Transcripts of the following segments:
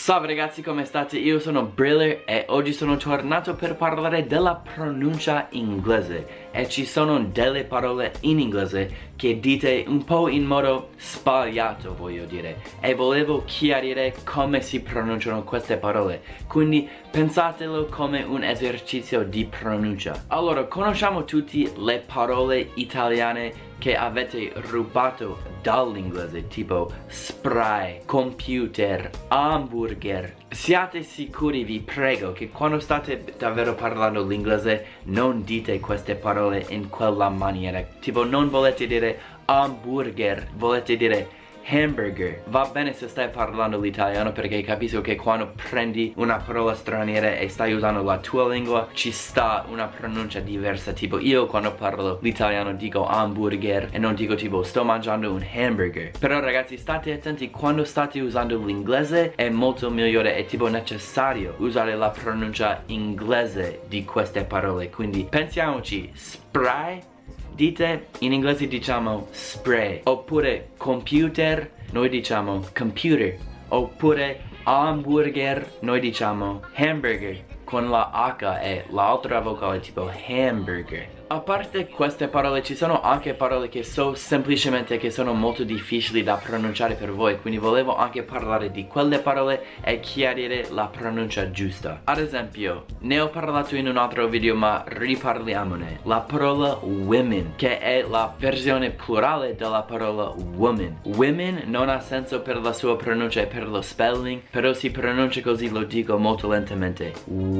Salve ragazzi, come state? Io sono Briller e oggi sono tornato per parlare della pronuncia inglese. E ci sono delle parole in inglese che dite un po' in modo sbagliato, voglio dire. E volevo chiarire come si pronunciano queste parole. Quindi pensatelo come un esercizio di pronuncia. Allora, conosciamo tutti le parole italiane che avete rubato dall'inglese, tipo spray, computer, hamburger. Siate sicuri, vi prego, che quando state davvero parlando l'inglese non dite queste parole in quella maniera. Tipo, non volete dire hamburger, volete dire hamburger. Va bene se stai parlando l'italiano, perché capisco che quando prendi una parola straniera e stai usando la tua lingua ci sta una pronuncia diversa. Tipo io quando parlo l'italiano dico hamburger e non dico tipo sto mangiando un hamburger. Però ragazzi, state attenti, quando state usando l'inglese è molto migliore, è tipo necessario usare la pronuncia inglese di queste parole. Quindi pensiamoci, spray, dite in inglese diciamo spray, oppure computer noi diciamo computer, oppure hamburger noi diciamo hamburger con la H e l'altra vocale tipo hamburger. A parte queste parole ci sono anche parole che so semplicemente che sono molto difficili da pronunciare per voi, quindi volevo anche parlare di quelle parole e chiarire la pronuncia giusta. Ad esempio, ne ho parlato in un altro video ma riparliamone. La parola women, che è la versione plurale della parola woman. Women non ha senso per la sua pronuncia e per lo spelling, però si pronuncia così, lo dico molto lentamente.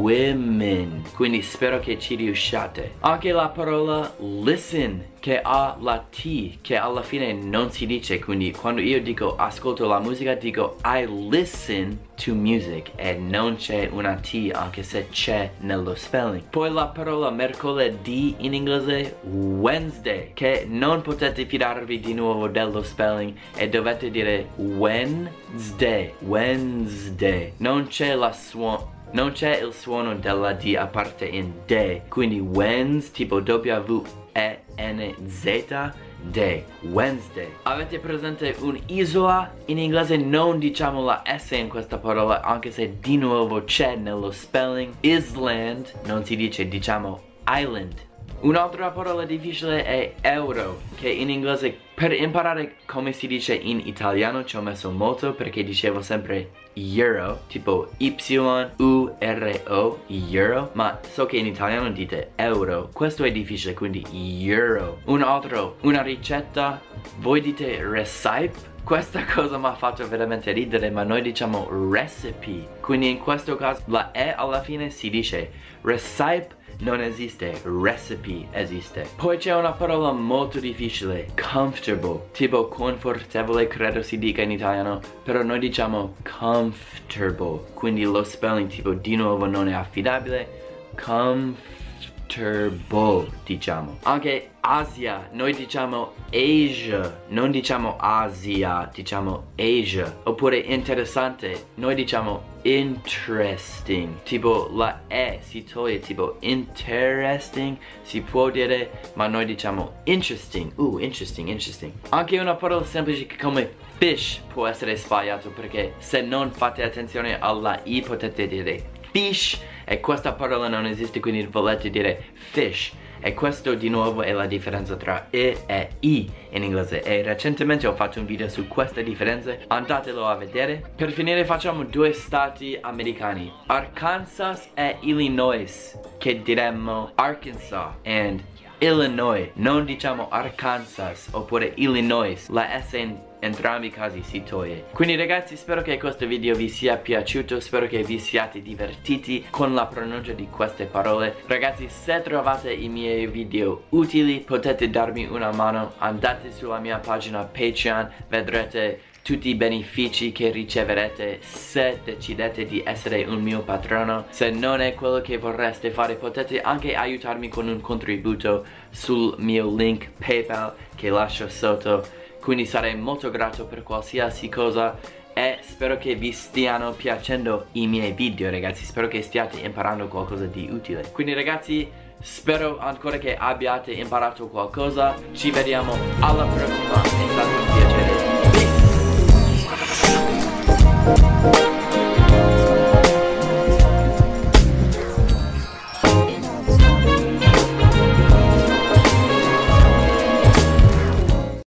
Women. Quindi spero che ci riusciate. Anche la parola listen, che ha la T, che alla fine non si dice, quindi quando io dico ascolto la musica dico I listen to music e non c'è una T anche se c'è nello spelling. Poi la parola mercoledì in inglese Wednesday, che non potete fidarvi di nuovo dello spelling e dovete dire Wednesday, Wednesday. Non c'è non c'è il suono della D a parte in D, quindi Wednesday, tipo W-E-N-Z, day, Wednesday. Avete presente un'isola? In inglese non diciamo la S in questa parola, anche se di nuovo c'è nello spelling. Island non si dice, diciamo island. Un'altra parola difficile è euro, che in inglese per imparare come si dice in italiano ci ho messo molto, perché dicevo sempre euro, tipo Y-U-R-O, euro, ma so che in italiano dite euro. Questo è difficile, quindi euro. Una ricetta, voi dite recipe. Questa cosa mi ha fatto veramente ridere, ma noi diciamo recipe. Quindi in questo caso la E alla fine si dice recipe. Non esiste, recipe esiste. Poi c'è una parola molto difficile, comfortable, tipo confortevole credo si dica in italiano, però noi diciamo comfortable, quindi lo spelling tipo di nuovo non è affidabile, comfortable diciamo. Anche Asia, noi diciamo Asia, non diciamo Asia, diciamo Asia. Oppure interessante, noi diciamo interesting, tipo la E si toglie, tipo interesting si può dire, ma noi diciamo interesting, interesting. Anche una parola semplice come fish può essere sbagliato, perché se non fate attenzione alla I potete dire fish e questa parola non esiste, quindi volete dire fish. E questo di nuovo è la differenza tra E e I in inglese, e recentemente ho fatto un video su queste differenze, andatelo a vedere. Per finire facciamo due stati americani, Arkansas e Illinois, che diremmo Arkansas and Illinois, non diciamo Arkansas oppure Illinois, la S in entrambi i casi si toglie. Quindi ragazzi, spero che questo video vi sia piaciuto, spero che vi siate divertiti con la pronuncia di queste parole. Ragazzi, se trovate i miei video utili potete darmi una mano, andate sulla mia pagina Patreon, vedrete tutti i benefici che riceverete se decidete di essere un mio patrono. Se non è quello che vorreste fare, potete anche aiutarmi con un contributo sul mio link PayPal che lascio sotto. Quindi sarei molto grato per qualsiasi cosa e spero che vi stiano piacendo i miei video, ragazzi. Spero che stiate imparando qualcosa di utile. Quindi ragazzi, spero ancora che abbiate imparato qualcosa. Ci vediamo alla prossima. È stato un piacere.